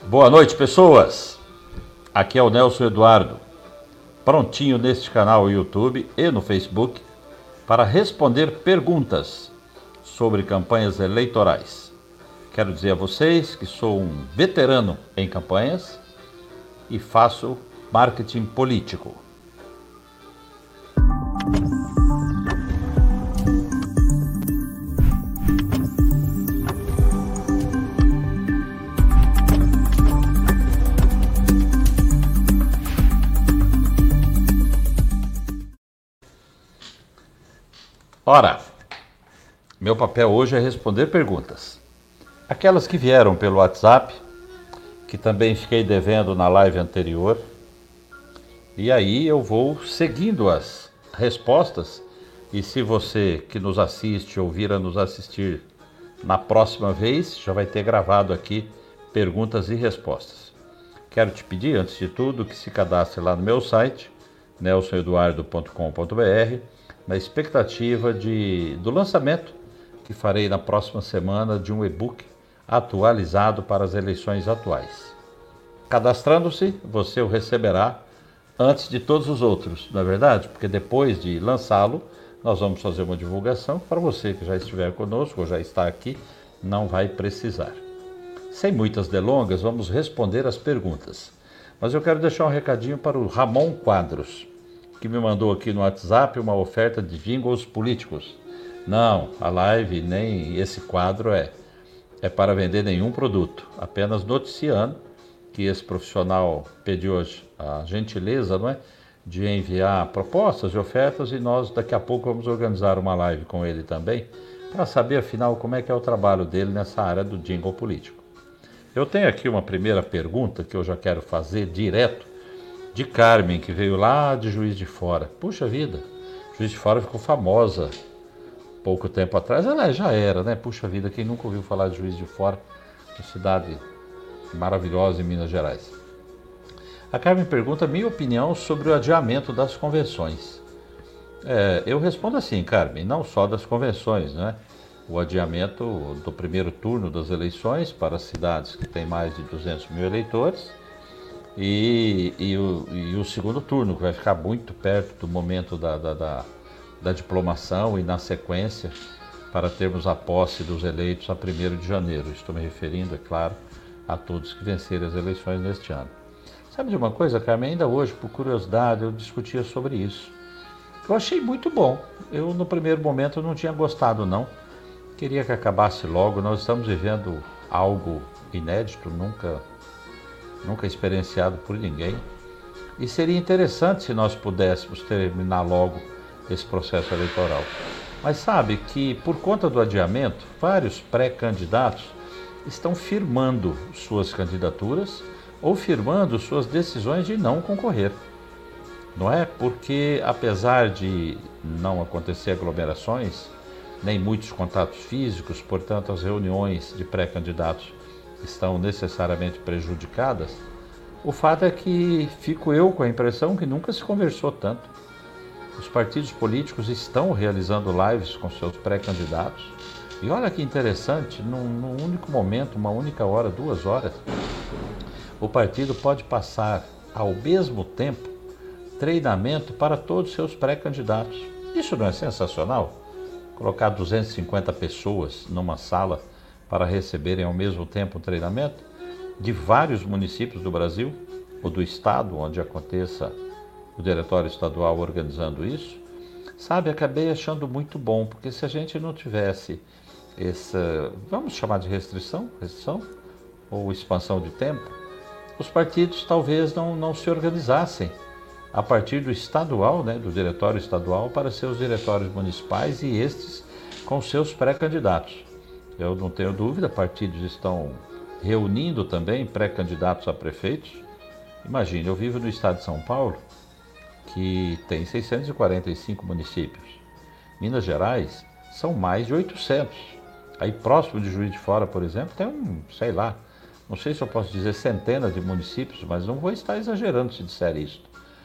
Boa noite, pessoas! Aqui é o Nelson Eduardo, prontinho neste canal YouTube e no Facebook para responder perguntas sobre campanhas eleitorais. Quero dizer a vocês que sou um veterano em campanhas e faço marketing político. Ora, meu papel hoje é responder perguntas. Aquelas que vieram pelo WhatsApp, que também fiquei devendo na live anterior. E aí eu vou seguindo as respostas. E se você que nos assiste ou vir a nos assistir na próxima vez, já vai ter gravado aqui perguntas e respostas. Quero te pedir, antes de tudo, que se cadastre lá no meu site, nelsoneduardo.com.br, na expectativa do lançamento que farei na próxima semana de um e-book atualizado para as eleições atuais. Cadastrando-se, você o receberá antes de todos os outros, não é verdade? Porque depois de lançá-lo, nós vamos fazer uma divulgação para você que já estiver conosco ou já está aqui, não vai precisar. Sem muitas delongas, vamos responder as perguntas. Mas eu quero deixar um recadinho para o Ramon Quadros, que me mandou aqui no WhatsApp uma oferta de jingles políticos. Não, a live nem esse quadro é para vender nenhum produto, apenas noticiando que esse profissional pediu hoje a gentileza, não é, de enviar propostas e ofertas, e nós daqui a pouco vamos organizar uma live com ele também, para saber afinal como é que é o trabalho dele nessa área do jingle político. Eu tenho aqui uma primeira pergunta que eu já quero fazer direto, de Carmen, que veio lá de Juiz de Fora. Puxa vida, Juiz de Fora ficou famosa pouco tempo atrás. Ela já era, né? Puxa vida, quem nunca ouviu falar de Juiz de Fora, uma cidade maravilhosa em Minas Gerais. A Carmen pergunta a minha opinião sobre o adiamento das convenções. Eu respondo assim, Carmen, não só das convenções, né? O adiamento do primeiro turno das eleições para cidades que têm mais de 200 mil eleitores, e o segundo turno, que vai ficar muito perto do momento da diplomação e na sequência para termos a posse dos eleitos a 1º de janeiro. Estou me referindo, é claro, a todos que vencerem as eleições neste ano. Sabe de uma coisa, Carmen? Ainda hoje, por curiosidade, eu discutia sobre isso. Eu achei muito bom. Eu, no primeiro momento, não tinha gostado, não. Queria que acabasse logo. Nós estamos vivendo algo inédito, nunca experienciado por ninguém. E seria interessante se nós pudéssemos terminar logo esse processo eleitoral. Mas sabe que, por conta do adiamento, vários pré-candidatos estão firmando suas candidaturas ou firmando suas decisões de não concorrer. Não é? Porque, apesar de não acontecer aglomerações, nem muitos contatos físicos, portanto, as reuniões de pré-candidatos estão necessariamente prejudicadas, o fato é que fico eu com a impressão que nunca se conversou tanto. Os partidos políticos estão realizando lives com seus pré-candidatos. E olha que interessante, num único momento, uma única hora, 2 horas, o partido pode passar ao mesmo tempo treinamento para todos os seus pré-candidatos. Isso não é sensacional? Colocar 250 pessoas numa sala para receberem ao mesmo tempo um treinamento de vários municípios do Brasil, ou do estado, onde aconteça o diretório estadual organizando isso. Sabe, acabei achando muito bom, porque se a gente não tivesse essa, vamos chamar de restrição ou expansão de tempo, os partidos talvez não se organizassem a partir do estadual, né, do diretório estadual, para seus diretórios municipais e estes com seus pré-candidatos. Eu não tenho dúvida, partidos estão reunindo também pré-candidatos a prefeitos. Imagine, eu vivo no estado de São Paulo, que tem 645 municípios. Minas Gerais são mais de 800. Aí próximo de Juiz de Fora, por exemplo, tem não sei se eu posso dizer centenas de municípios, mas não vou estar exagerando se disser isso.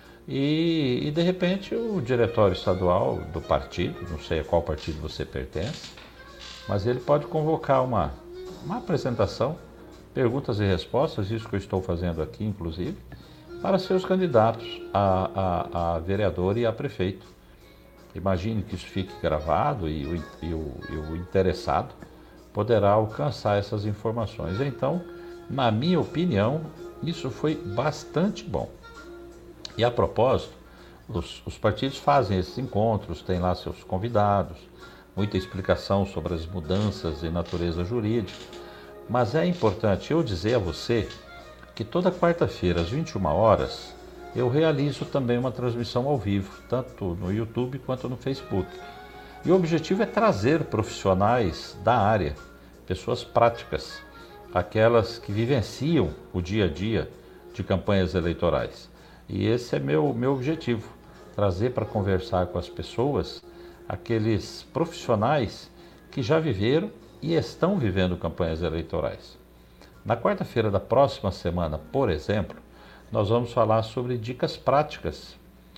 E de repente o diretório estadual do partido, não sei a qual partido você pertence, mas ele pode convocar uma apresentação perguntas e respostas, isso que eu estou fazendo aqui, inclusive, para seus candidatos a vereador e a prefeito. Imagine que isso fique gravado e o interessado poderá alcançar essas informações. Então, na minha opinião, isso foi bastante bom. E a propósito, os partidos fazem esses encontros, têm lá seus convidados, muita explicação sobre as mudanças de natureza jurídica. Mas é importante eu dizer a você que toda quarta-feira, às 21 horas, eu realizo também uma transmissão ao vivo, tanto no YouTube quanto no Facebook. E o objetivo é trazer profissionais da área, pessoas práticas, aquelas que vivenciam o dia a dia de campanhas eleitorais. E esse é meu objetivo, trazer para conversar com as pessoas aqueles profissionais que já viveram e estão vivendo campanhas eleitorais. Na quarta-feira da próxima semana, por exemplo, nós vamos falar sobre dicas práticas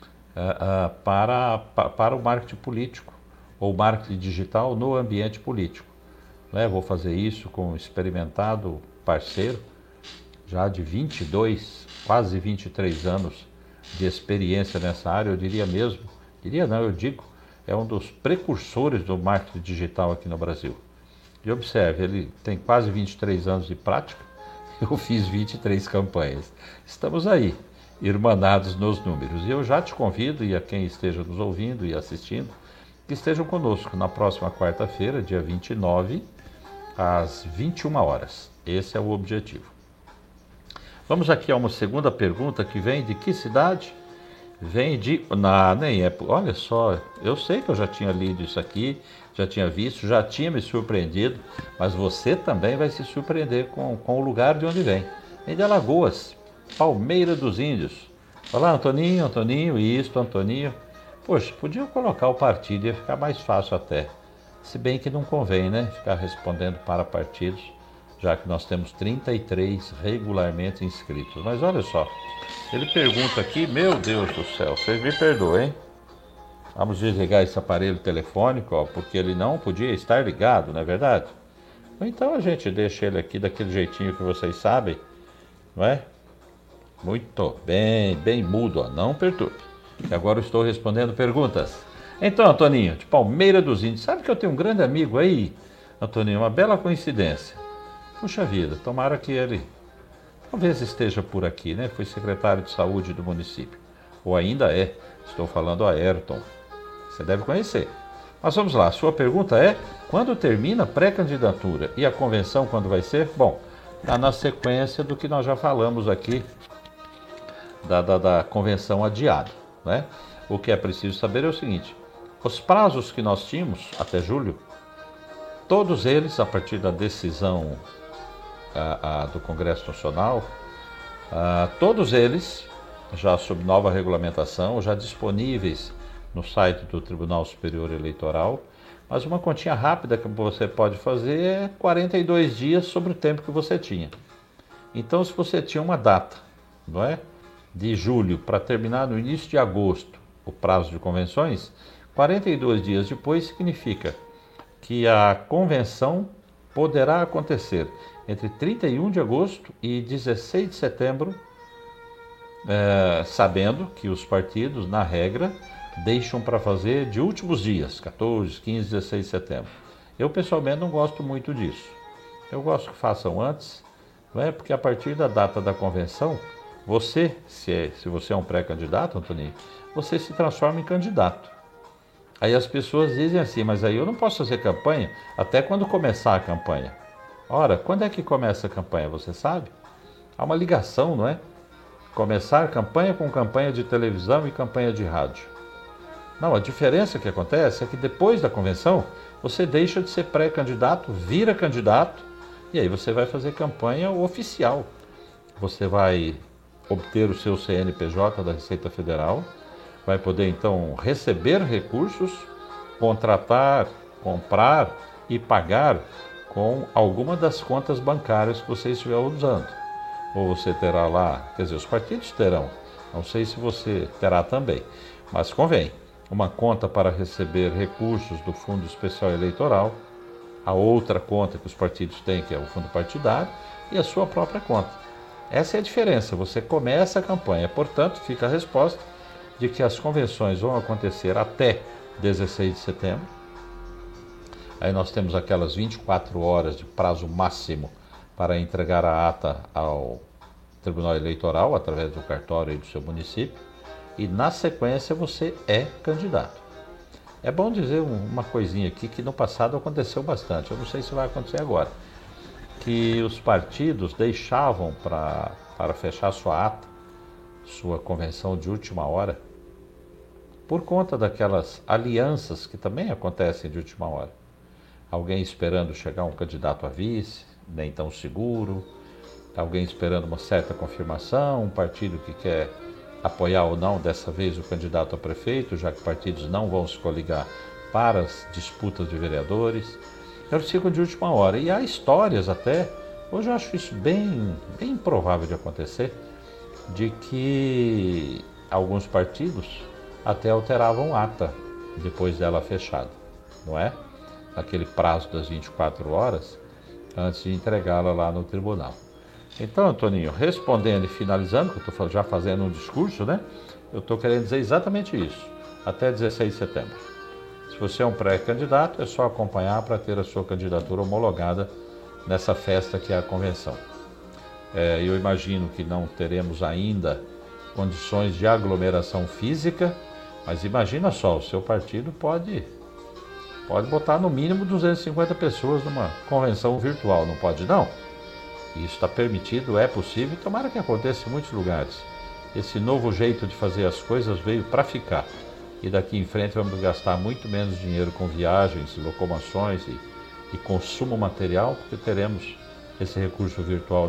para o marketing político ou marketing digital no ambiente político. Vou fazer isso com um experimentado parceiro, já de 22, quase 23 anos de experiência nessa área, eu diria mesmo, eu digo, é um dos precursores do marketing digital aqui no Brasil. E observe, ele tem quase 23 anos de prática, eu fiz 23 campanhas. Estamos aí, irmanados nos números. E eu já te convido, e a quem esteja nos ouvindo e assistindo, que estejam conosco na próxima quarta-feira, dia 29, às 21 horas. Esse é o objetivo. Vamos aqui a uma segunda pergunta que vem de que cidade? Vem de... nem é... Olha só, eu sei que eu já tinha lido isso aqui, já tinha visto, já tinha me surpreendido, mas você também vai se surpreender com o lugar de onde vem. Vem de Alagoas, Palmeira dos Índios. Olá, Antoninho, Antoninho. Poxa, podia colocar o partido, ia ficar mais fácil até. Se bem que não convém, né? Ficar respondendo para partidos, já que nós temos 33 regularmente inscritos. Mas olha só, ele pergunta aqui, meu Deus do céu, vocês me perdoem, hein? Vamos desligar esse aparelho telefônico, ó, porque ele não podia estar ligado, não é verdade? Então a gente deixa ele aqui daquele jeitinho que vocês sabem, não é? Muito bem, bem mudo, ó, não perturbe. E agora eu estou respondendo perguntas. Então, Antoninho, de Palmeira dos Índios, sabe que eu tenho um grande amigo aí, Antoninho, uma bela coincidência. Puxa vida, tomara que ele talvez esteja por aqui, né? Foi secretário de saúde do município. Ou ainda é, estou falando a Ayrton. Você deve conhecer. Mas vamos lá, a sua pergunta é, quando termina a pré-candidatura e a convenção quando vai ser? Bom, está na sequência do que nós já falamos aqui, da convenção adiada, né? O que é preciso saber é o seguinte, os prazos que nós tínhamos até julho, todos eles, a partir da decisão do Congresso Nacional, todos eles, já sob nova regulamentação, já disponíveis no site do Tribunal Superior Eleitoral, mas uma continha rápida que você pode fazer é 42 dias sobre o tempo que você tinha. Então, se você tinha uma data, não é, de julho para terminar no início de agosto, o prazo de convenções, 42 dias depois significa que a convenção poderá acontecer entre 31 de agosto e 16 de setembro, sabendo que os partidos, na regra, deixam para fazer de últimos dias, 14, 15, 16 de setembro. Eu, pessoalmente, não gosto muito disso. Eu gosto que façam antes, não é? Porque a partir da data da convenção, você, se você é um pré-candidato, Antoninho, você se transforma em candidato. Aí as pessoas dizem assim, mas aí eu não posso fazer campanha até quando começar a campanha. Ora, quando é que começa a campanha, você sabe? Há uma ligação, não é? Começar campanha com campanha de televisão e campanha de rádio. Não, a diferença que acontece é que depois da convenção, você deixa de ser pré-candidato, vira candidato, e aí você vai fazer campanha oficial. Você vai obter o seu CNPJ da Receita Federal, vai poder então receber recursos, contratar, comprar e pagar com alguma das contas bancárias que você estiver usando. Ou você terá lá, quer dizer, os partidos terão, não sei se você terá também, mas convém, uma conta para receber recursos do Fundo Especial Eleitoral, a outra conta que os partidos têm, que é o fundo partidário, e a sua própria conta. Essa é a diferença, você começa a campanha, portanto, fica a resposta de que as convenções vão acontecer até 16 de setembro. Aí nós temos aquelas 24 horas de prazo máximo para entregar a ata ao Tribunal Eleitoral, através do cartório do seu município, e na sequência você é candidato. É bom dizer uma coisinha aqui que no passado aconteceu bastante, eu não sei se vai acontecer agora, que os partidos deixavam para fechar sua ata, sua convenção de última hora, por conta daquelas alianças que também acontecem de última hora. Alguém esperando chegar um candidato a vice, nem tão seguro, alguém esperando uma certa confirmação, um partido que quer apoiar ou não dessa vez o candidato a prefeito, já que partidos não vão se coligar para as disputas de vereadores. Eles ficam de última hora. E há histórias até, hoje eu acho isso bem improvável de acontecer, de que alguns partidos até alteravam ata depois dela fechada, não é? Naquele prazo das 24 horas, antes de entregá-la lá no tribunal. Então, Antoninho, respondendo e finalizando, que eu estou já fazendo um discurso, né? Eu estou querendo dizer exatamente isso, até 16 de setembro. Se você é um pré-candidato, é só acompanhar para ter a sua candidatura homologada nessa festa que é a convenção. Eu imagino que não teremos ainda condições de aglomeração física, mas imagina só, o seu partido pode botar no mínimo 250 pessoas numa convenção virtual, não pode não? Isso está permitido, é possível, tomara que aconteça em muitos lugares. Esse novo jeito de fazer as coisas veio para ficar. E daqui em frente vamos gastar muito menos dinheiro com viagens, locomoções e consumo material, porque teremos esse recurso virtual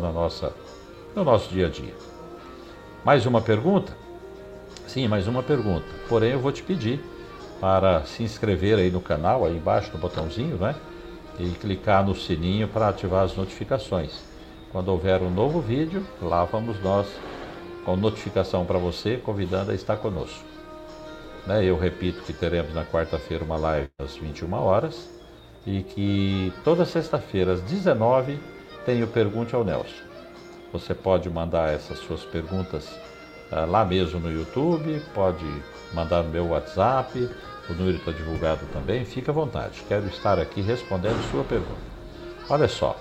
no nosso dia a dia. Mais uma pergunta? Sim, mais uma pergunta. Porém, eu vou te pedir para se inscrever aí no canal, aí embaixo no botãozinho, né? E clicar no sininho para ativar as notificações. Quando houver um novo vídeo, lá vamos nós com notificação para você, convidando a estar conosco. Eu repito que teremos na quarta-feira uma live às 21 horas e que toda sexta-feira às 19 tem o Pergunte ao Nelson. Você pode mandar essas suas perguntas lá mesmo no YouTube, pode mandar no meu WhatsApp, o número está divulgado também, fica à vontade. Quero estar aqui respondendo sua pergunta. Olha só.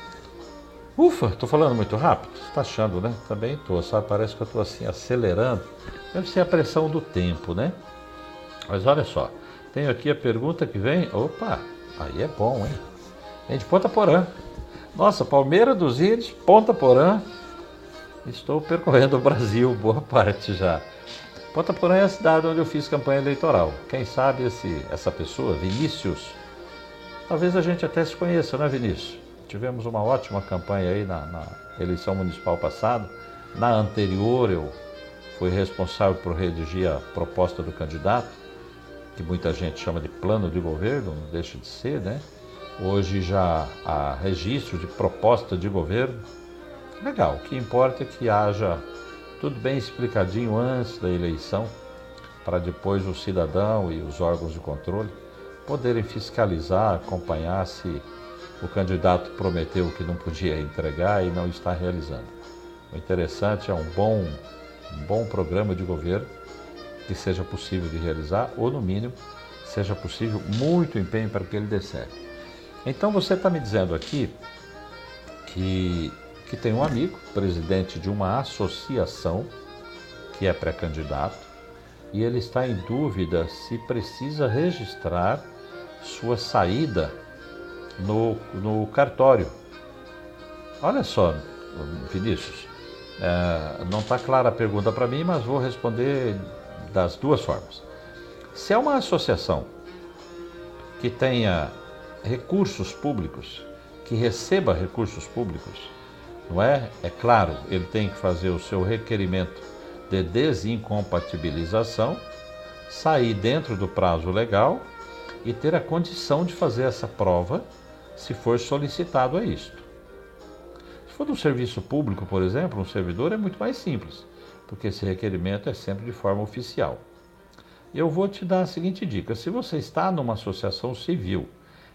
Ufa, estou falando muito rápido? Você está achando, né? Também estou, sabe? Parece que eu estou assim acelerando. Deve ser a pressão do tempo, né? Mas olha só, tenho aqui a pergunta que vem. Opa, aí é bom, hein? Vem de Ponta Porã. Nossa, Palmeira dos Índios, Ponta Porã. Estou percorrendo o Brasil, boa parte já. Ponta Porã é a cidade onde eu fiz campanha eleitoral. Quem sabe essa pessoa, Vinícius, talvez a gente até se conheça, não é, Vinícius? Tivemos uma ótima campanha aí na eleição municipal passada. Na anterior eu fui responsável por redigir a proposta do candidato, que muita gente chama de plano de governo, não deixa de ser, né? Hoje já há registro de proposta de governo. Legal, o que importa é que haja tudo bem explicadinho antes da eleição, para depois o cidadão e os órgãos de controle poderem fiscalizar, acompanhar se o candidato prometeu que não podia entregar e não está realizando. O interessante é um bom programa de governo que seja possível de realizar, ou no mínimo, seja possível muito empenho para que ele dê certo. Então você está me dizendo aqui que tem um amigo, presidente de uma associação, que é pré-candidato, e ele está em dúvida se precisa registrar sua saída no cartório. Olha só, Vinícius, não está clara a pergunta para mim, mas vou responder das duas formas. Se é uma associação que tenha recursos públicos, que receba recursos públicos, não é? É claro, ele tem que fazer o seu requerimento de desincompatibilização, sair dentro do prazo legal e ter a condição de fazer essa prova se for solicitado a isto. Se for do serviço público, por exemplo, um servidor, é muito mais simples, porque esse requerimento é sempre de forma oficial. Eu vou te dar a seguinte dica: se você está numa associação civil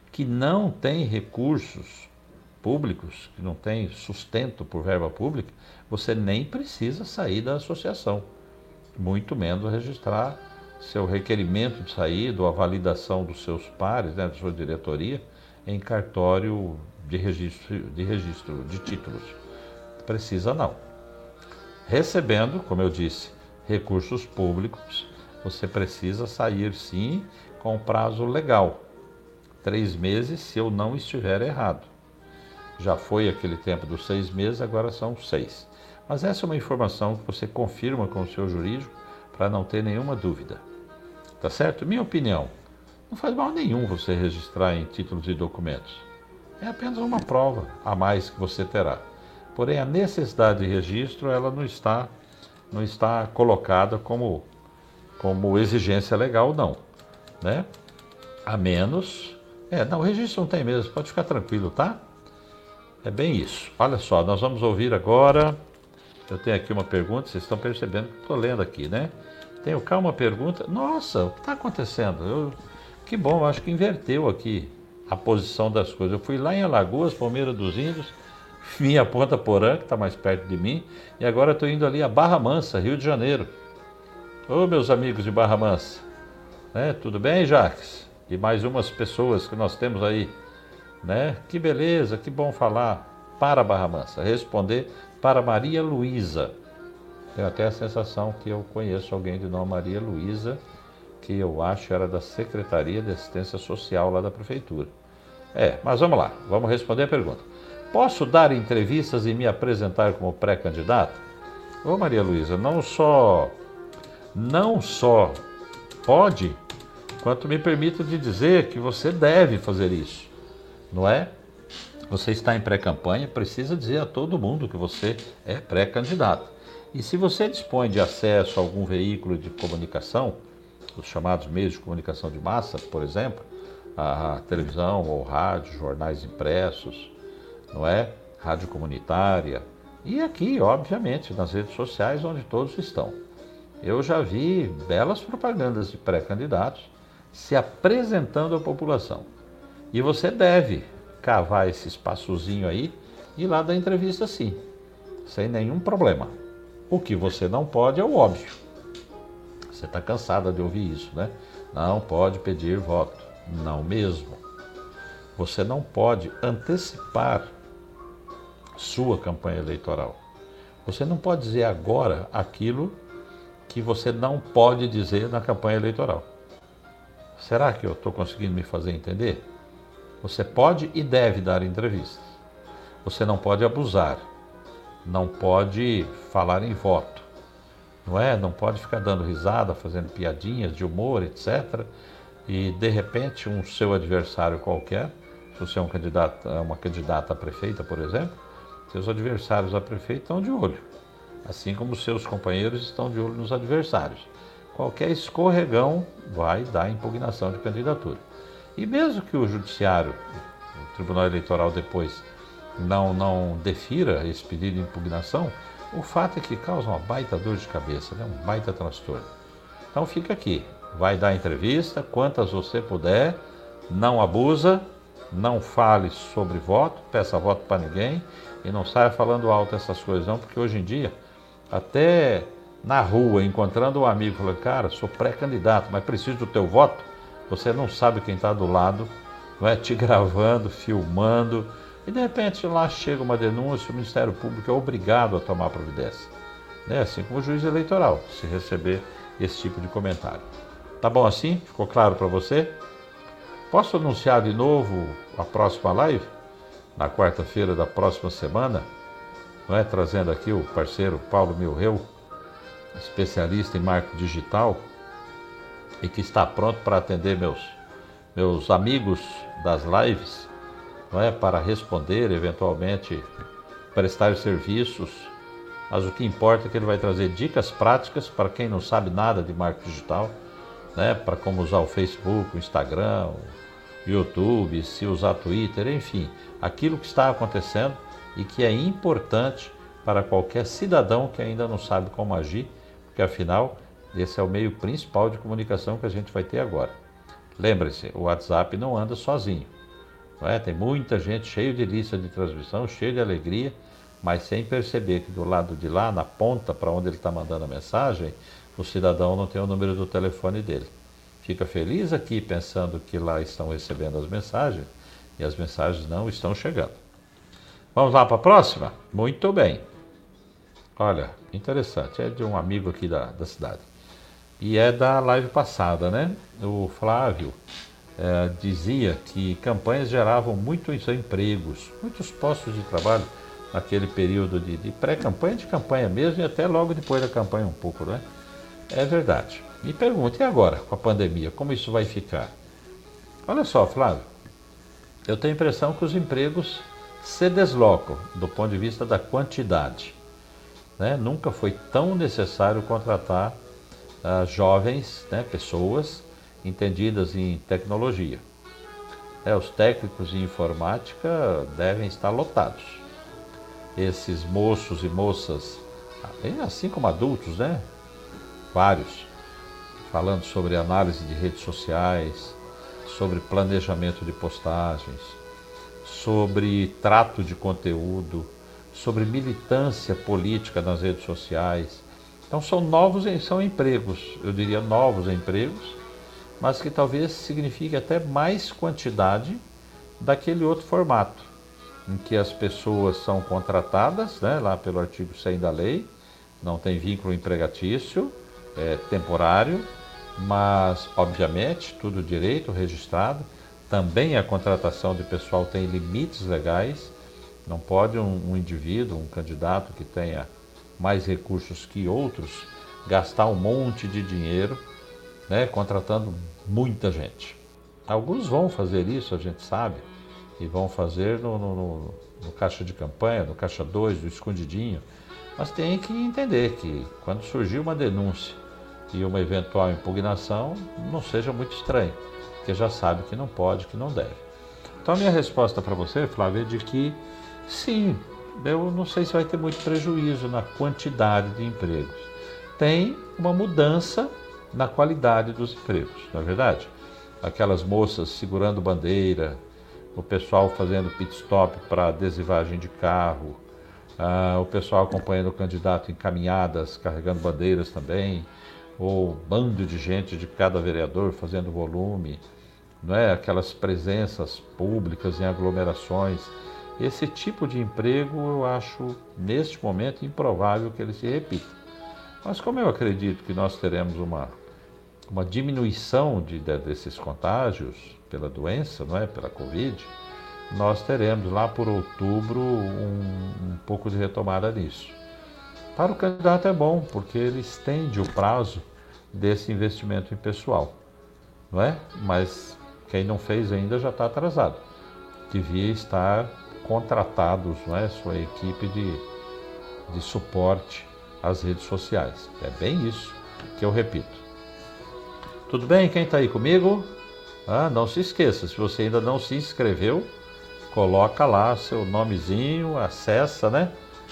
que não tem recursos públicos, que não tem sustento por verba pública, você nem precisa sair da associação, muito menos registrar seu requerimento de saída ou a validação dos seus pares, né, da sua diretoria, em cartório de registro de títulos. Precisa não. Recebendo, como eu disse, recursos públicos, você precisa sair sim com prazo legal. 3 meses, se eu não estiver errado. Já foi aquele tempo dos 6 meses, agora são 6. Mas essa é uma informação que você confirma com o seu jurídico para não ter nenhuma dúvida. Tá certo? Minha opinião, não faz mal nenhum você registrar em títulos e documentos. É apenas uma prova a mais que você terá. Porém, a necessidade de registro, ela não está colocada como exigência legal, não. Né? A menos... não, o registro não tem mesmo, pode ficar tranquilo, tá? É bem isso. Olha só, nós vamos ouvir agora. Eu tenho aqui uma pergunta, vocês estão percebendo que estou lendo aqui, né? Tenho cá uma pergunta. Nossa, o que está acontecendo? Que bom, acho que inverteu aqui a posição das coisas. Eu fui lá em Alagoas, Palmeira dos Índios, vim a Ponta Porã, que está mais perto de mim, e agora estou indo ali a Barra Mansa, Rio de Janeiro. Ô, meus amigos de Barra Mansa, né? Tudo bem, Jacques? E mais umas pessoas que nós temos aí, né? Que beleza, que bom falar para Barra Mansa, responder para Maria Luísa. Tenho até a sensação que eu conheço alguém de nome Maria Luísa, que eu acho era da Secretaria de Assistência Social lá da Prefeitura. Mas vamos lá, vamos responder a pergunta. Posso dar entrevistas e me apresentar como pré-candidato? Ô Maria Luísa, não só pode, quanto me permito de dizer que você deve fazer isso, não é? Você está em pré-campanha, precisa dizer a todo mundo que você é pré-candidato. E se você dispõe de acesso a algum veículo de comunicação, os chamados meios de comunicação de massa, por exemplo, a televisão ou rádio, jornais impressos, não é? Rádio comunitária, e aqui, obviamente, nas redes sociais onde todos estão. Eu já vi belas propagandas de pré-candidatos se apresentando à população. E você deve cavar esse espaçozinho aí e ir lá dar entrevista sim, sem nenhum problema. O que você não pode é o óbvio. Você está cansada de ouvir isso, né? Não pode pedir voto. Não mesmo. Você não pode antecipar sua campanha eleitoral. Você não pode dizer agora aquilo que você não pode dizer na campanha eleitoral. Será que eu estou conseguindo me fazer entender? Você pode e deve dar entrevistas. Você não pode abusar. Não pode falar em voto. Não é? Não pode ficar dando risada, fazendo piadinhas de humor, etc. E, de repente, um seu adversário qualquer, se você é uma candidata a prefeita, por exemplo, seus adversários a prefeito estão de olho. Assim como seus companheiros estão de olho nos adversários. Qualquer escorregão vai dar impugnação de candidatura. E mesmo que o Judiciário, o Tribunal Eleitoral depois, não defira esse pedido de impugnação, o fato é que causa uma baita dor de cabeça, né? Um baita transtorno. Então fica aqui, vai dar entrevista, quantas você puder, não abusa, não fale sobre voto, peça voto para ninguém e não saia falando alto essas coisas não, porque hoje em dia, até na rua, encontrando um amigo, falando, cara, sou pré-candidato, mas preciso do teu voto, você não sabe quem está do lado, não é? Te gravando, filmando, e de repente lá chega uma denúncia, o Ministério Público é obrigado a tomar providência. Né? Assim como o juiz eleitoral, se receber esse tipo de comentário. Tá bom assim? Ficou claro para você? Posso anunciar de novo a próxima live? Na quarta-feira da próxima semana, não é? Trazendo aqui o parceiro Paulo Milreu, especialista em marketing digital, e que está pronto para atender meus amigos das lives, não é? Para responder, eventualmente prestar serviços, mas o que importa é que ele vai trazer dicas práticas para quem não sabe nada de marketing digital, né? Para como usar o Facebook, o Instagram, o YouTube, se usar Twitter, enfim, aquilo que está acontecendo e que é importante para qualquer cidadão que ainda não sabe como agir, porque afinal esse é o meio principal de comunicação que a gente vai ter agora. Lembre-se, o WhatsApp não anda sozinho. não é? Tem muita gente cheio de lista de transmissão, cheio de alegria, mas sem perceber que do lado de lá, na ponta para onde ele está mandando a mensagem, o cidadão não tem o número do telefone dele. Fica feliz aqui pensando que lá estão recebendo as mensagens e as mensagens não estão chegando. Vamos lá para a próxima? Muito bem. Olha, interessante, é de um amigo aqui da cidade. E é da live passada, né? O Flávio dizia que campanhas geravam muitos empregos, muitos postos de trabalho naquele período de pré-campanha, de campanha mesmo, e até logo depois da campanha um pouco, né? É verdade. Me pergunta, e agora, com a pandemia, como isso vai ficar? Olha só, Flávio, eu tenho a impressão que os empregos se deslocam do ponto de vista da quantidade, né? Nunca foi tão necessário contratar jovens, né, pessoas entendidas em tecnologia. Os técnicos em informática devem estar lotados. Esses moços e moças, assim como adultos, né? Vários, falando sobre análise de redes sociais, sobre planejamento de postagens, sobre trato de conteúdo, sobre militância política nas redes sociais. Então são empregos, eu diria novos empregos, mas que talvez signifique até mais quantidade daquele outro formato, em que as pessoas são contratadas, né, lá pelo artigo 100 da lei, não tem vínculo empregatício, é temporário, mas obviamente tudo direito registrado. Também a contratação de pessoal tem limites legais, não pode um indivíduo, um candidato que tenha mais recursos que outros, gastar um monte de dinheiro, né, contratando muita gente. Alguns vão fazer isso, a gente sabe, e vão fazer no caixa de campanha, no caixa 2, do escondidinho, mas tem que entender que quando surgir uma denúncia e uma eventual impugnação, não seja muito estranho, porque já sabe que não pode, que não deve. Então a minha resposta para você, Flávia, é de que sim, eu não sei se vai ter muito prejuízo na quantidade de empregos. Tem uma mudança na qualidade dos empregos, não é verdade? Aquelas moças segurando bandeira, o pessoal fazendo pit stop para adesivagem de carro, o pessoal acompanhando o candidato em caminhadas, carregando bandeiras também, ou bando de gente de cada vereador fazendo volume, não é? Aquelas presenças públicas em aglomerações. Esse tipo de emprego eu acho, neste momento, improvável que ele se repita. Mas como eu acredito que nós teremos uma diminuição desses contágios pela doença, não é? Pela Covid, nós teremos lá por outubro um pouco de retomada nisso. Para o candidato é bom, porque ele estende o prazo desse investimento em pessoal, não é? Mas quem não fez ainda já está atrasado. Devia estar contratados, não é? Sua equipe de suporte às redes sociais. É bem isso que eu repito. Tudo bem? Quem está aí comigo? Não se esqueça, se você ainda não se inscreveu, coloca lá seu nomezinho, acessa, né?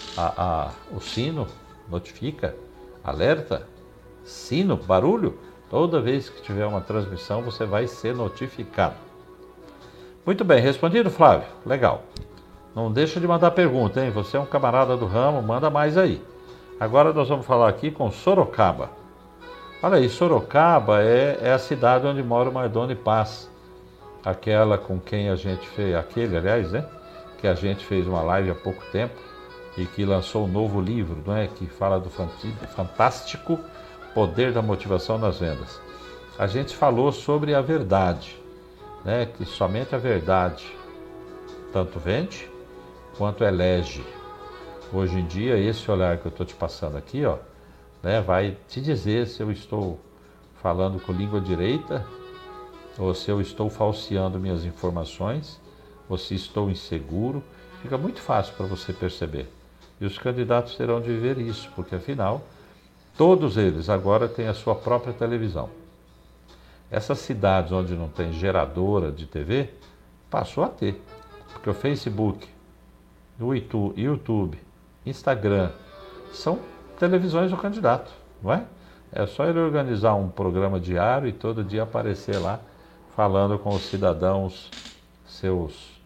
O sino, notifica, alerta, sino, barulho. Toda vez que tiver uma transmissão, você vai ser notificado. Muito bem, respondido, Flávio? Legal. Não deixa de mandar pergunta, hein? Você é um camarada do ramo, manda mais aí. Agora nós vamos falar aqui com Sorocaba. Olha aí, Sorocaba é a cidade onde mora o Mardoni Paz. Aquela com quem a gente fez, aliás, né? Que a gente fez uma live há pouco tempo e que lançou um novo livro, não é? Que fala do fantástico poder da motivação nas vendas. A gente falou sobre a verdade, né? Que somente a verdade tanto vende quanto elege. Hoje em dia, esse olhar que eu estou te passando aqui, ó, né, vai te dizer se eu estou falando com língua direita ou se eu estou falseando minhas informações, ou se estou inseguro. Fica muito fácil para você perceber. E os candidatos terão de ver isso, porque afinal, todos eles agora têm a sua própria televisão. Essas cidades onde não tem geradora de TV, passou a ter. Porque o Facebook, o YouTube, Instagram, são televisões do candidato, não é? É só ele organizar um programa diário e todo dia aparecer lá, falando com os cidadãos, seus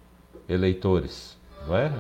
eleitores, não é?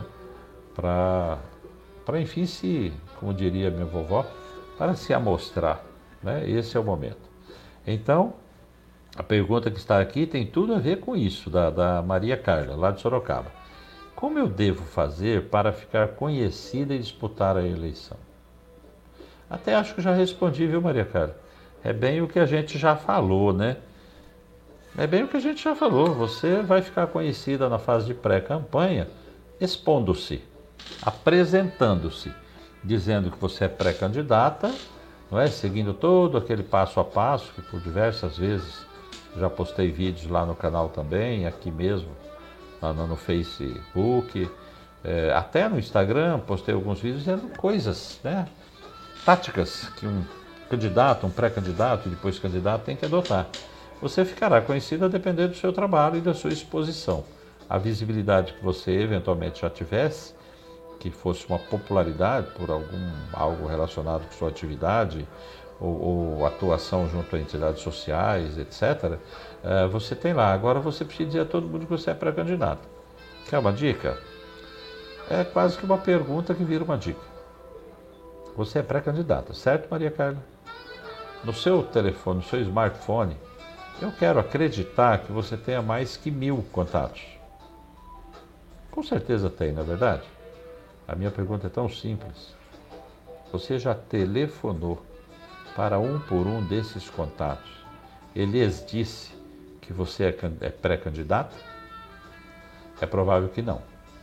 Para enfim, como diria minha vovó, para se amostrar, né? Esse é o momento. Então, a pergunta que está aqui tem tudo a ver com isso, da Maria Carla, lá de Sorocaba. Como eu devo fazer para ficar conhecida e disputar a eleição? Até acho que já respondi, viu, Maria Carla? É bem o que a gente já falou, né? É bem o que a gente já falou. Você vai ficar conhecida na fase de pré-campanha expondo-se, apresentando-se, dizendo que você é pré-candidata, não é? Seguindo todo aquele passo a passo, que por diversas vezes já postei vídeos lá no canal também, aqui mesmo, lá no Facebook, até no Instagram, postei alguns vídeos dizendo coisas, né? Táticas que um candidato, um pré-candidato e depois candidato tem que adotar. Você ficará conhecida dependendo do seu trabalho e da sua exposição. A visibilidade que você eventualmente já tivesse, que fosse uma popularidade por algo relacionado com sua atividade ou atuação junto a entidades sociais, etc., você tem lá. Agora você precisa dizer a todo mundo que você é pré-candidato. Quer uma dica? É quase que uma pergunta que vira uma dica. Você é pré-candidata, certo, Maria Carla? No seu telefone, no seu smartphone, eu quero acreditar que você tenha mais que 1000 contatos. Com certeza tem, não é verdade? A minha pergunta é tão simples. Você já telefonou para um por um desses contatos? Ele lhes disse que você é pré-candidato? É provável que não.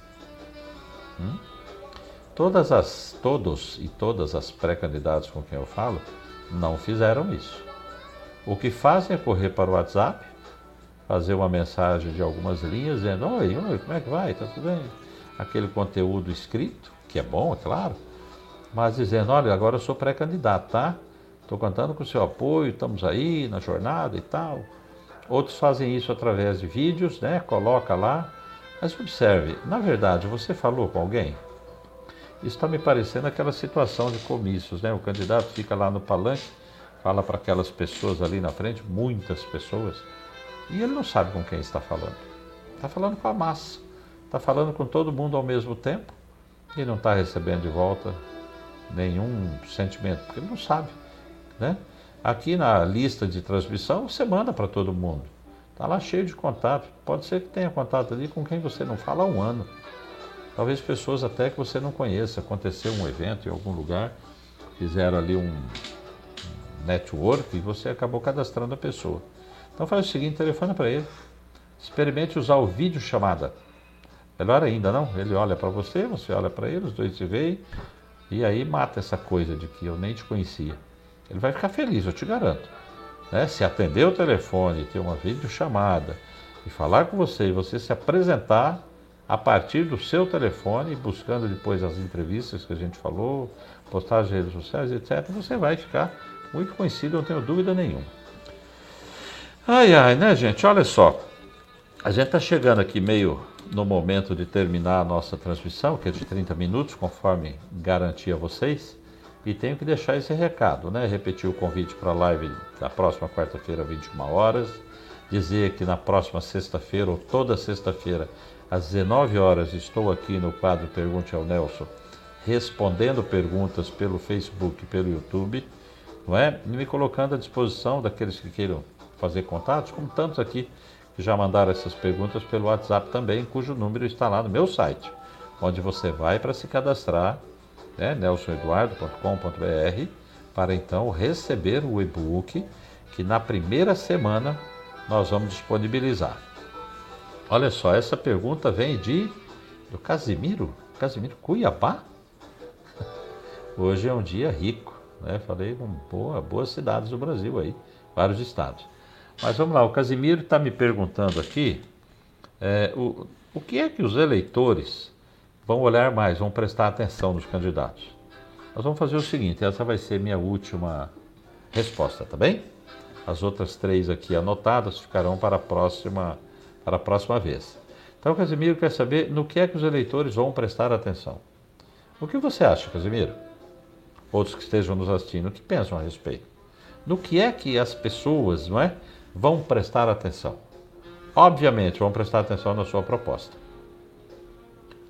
Todos e todas as pré-candidatos com quem eu falo não fizeram isso. O que fazem é correr para o WhatsApp, fazer uma mensagem de algumas linhas, dizendo: oi, como é que vai? Tá tudo bem? Aquele conteúdo escrito, que é bom, é claro, mas dizendo: olha, agora eu sou pré-candidato, tá? Estou contando com o seu apoio, estamos aí na jornada e tal. Outros fazem isso através de vídeos, né? Coloca lá. Mas observe, na verdade, você falou com alguém? Isso está me parecendo aquela situação de comícios, né? O candidato fica lá no palanque, fala para aquelas pessoas ali na frente, muitas pessoas, e ele não sabe com quem está falando. Está falando com a massa, está falando com todo mundo ao mesmo tempo e não está recebendo de volta nenhum sentimento, porque ele não sabe, né? Aqui na lista de transmissão você manda para todo mundo, está lá cheio de contato. Pode ser que tenha contato ali com quem você não fala há um ano. Talvez pessoas até que você não conheça. Aconteceu um evento em algum lugar, fizeram ali um network e você acabou cadastrando a pessoa. Então faz o seguinte, telefona para ele, experimente usar o vídeo chamada. Melhor ainda, não? Ele olha para você, você olha para ele, os dois se veem, e aí mata essa coisa de que eu nem te conhecia. Ele vai ficar feliz, eu te garanto. Né? Se atender o telefone, ter uma videochamada e falar com você, e você se apresentar a partir do seu telefone, buscando depois as entrevistas que a gente falou, postagens nas redes sociais, etc., você vai ficar muito conhecido, não tenho dúvida nenhuma. Ai, né, gente? Olha só. A gente está chegando aqui meio no momento de terminar a nossa transmissão, que é de 30 minutos, conforme garanti a vocês. E tenho que deixar esse recado, né? Repetir o convite para a live da próxima quarta-feira, 21 horas. Dizer que na próxima sexta-feira, ou toda sexta-feira, às 19 horas, estou aqui no quadro Pergunte ao Nelson, respondendo perguntas pelo Facebook e pelo YouTube, não é? E me colocando à disposição daqueles que queiram fazer contatos, como tantos aqui que já mandaram essas perguntas pelo WhatsApp também, cujo número está lá no meu site, onde você vai para se cadastrar, né, nelsoneduardo.com.br, para então receber o e-book que na primeira semana nós vamos disponibilizar. Olha só, essa pergunta vem do Casimiro Cuiabá. Hoje é um dia rico, né? Falei com boas cidades do Brasil aí, vários estados. Mas vamos lá, o Casimiro está me perguntando aqui, o que é que os eleitores vão olhar mais, vão prestar atenção nos candidatos. Nós vamos fazer o seguinte, essa vai ser minha última resposta, tá bem? As outras 3 aqui anotadas ficarão para a próxima vez. Então o Casimiro quer saber no que é que os eleitores vão prestar atenção. O que você acha, Casimiro? Outros que estejam nos assistindo, o que pensam a respeito? No que é que as pessoas, não é, vão prestar atenção? Obviamente vão prestar atenção na sua proposta.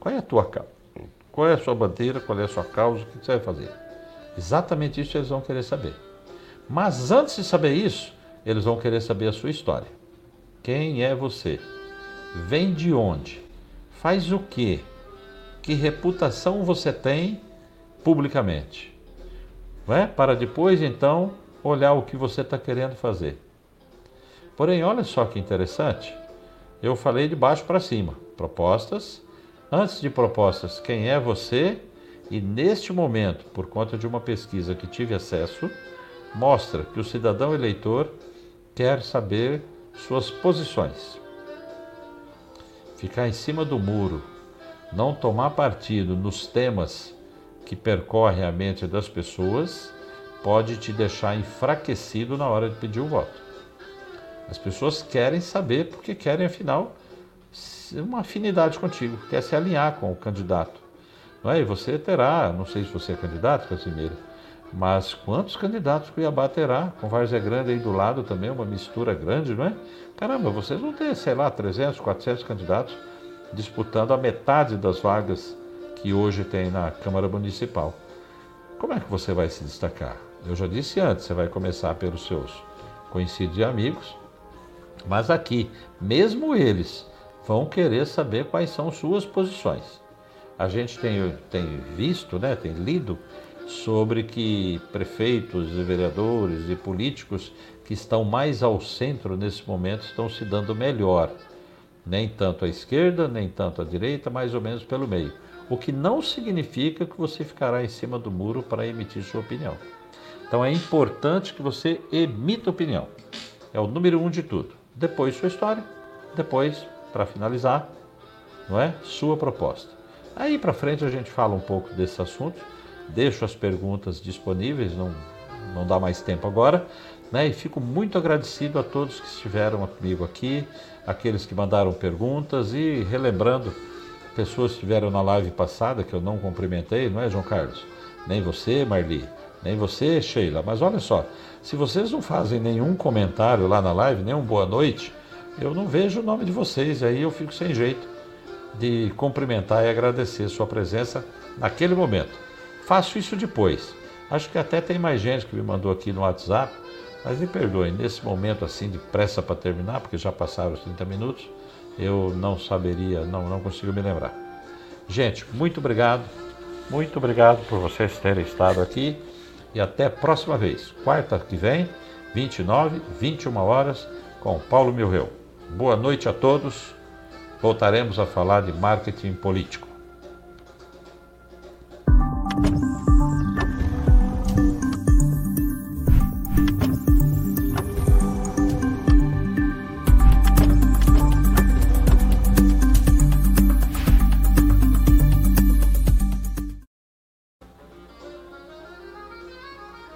Qual é a tua causa? Qual é a sua bandeira? Qual é a sua causa? O que você vai fazer? Exatamente isso eles vão querer saber. Mas antes de saber isso, eles vão querer saber a sua história. Quem é você? Vem de onde? Faz o quê? Que reputação você tem publicamente? Não é? Para depois, então, olhar o que você está querendo fazer. Porém, olha só que interessante. Eu falei de baixo para cima. Propostas. Antes de propostas, quem é você? E neste momento, por conta de uma pesquisa que tive acesso, mostra que o cidadão eleitor quer saber suas posições. Ficar em cima do muro, não tomar partido nos temas que percorrem a mente das pessoas, pode te deixar enfraquecido na hora de pedir o voto. As pessoas querem saber porque querem, afinal, uma afinidade contigo, quer se alinhar com o candidato. Não é? E você terá, não sei se você é candidato, Casimiro, mas quantos candidatos Cuiabá terá? Com Várzea Grande aí do lado também, uma mistura grande, não é? Caramba, vocês vão ter, sei lá, 300, 400 candidatos disputando a metade das vagas que hoje tem na Câmara Municipal. Como é que você vai se destacar? Eu já disse antes, você vai começar pelos seus conhecidos e amigos, mas aqui, mesmo eles vão querer saber quais são suas posições. A gente tem visto, né, tem lido sobre que prefeitos e vereadores e políticos que estão mais ao centro nesse momento estão se dando melhor. Nem tanto à esquerda, nem tanto à direita, mais ou menos pelo meio. O que não significa que você ficará em cima do muro para emitir sua opinião. Então é importante que você emita opinião. É o número 1 de tudo. Depois sua história, depois, para finalizar, não é? Sua proposta. Aí para frente a gente fala um pouco desses assuntos. Deixo as perguntas disponíveis, não dá mais tempo agora, né? E fico muito agradecido a todos que estiveram comigo aqui, aqueles que mandaram perguntas e relembrando pessoas que estiveram na live passada que eu não cumprimentei, não é, João Carlos? Nem você, Marli, nem você, Sheila. Mas olha só, se vocês não fazem nenhum comentário lá na live, nem um boa noite, eu não vejo o nome de vocês, aí eu fico sem jeito de cumprimentar e agradecer sua presença naquele momento. Faço isso depois. Acho que até tem mais gente que me mandou aqui no WhatsApp, mas me perdoem, nesse momento assim de pressa para terminar, porque já passaram os 30 minutos, eu não saberia, não consigo me lembrar. Gente, muito obrigado por vocês terem estado aqui e até a próxima vez, quarta que vem, 29, 21 horas, com Paulo Milreu. Boa noite a todos, voltaremos a falar de marketing político.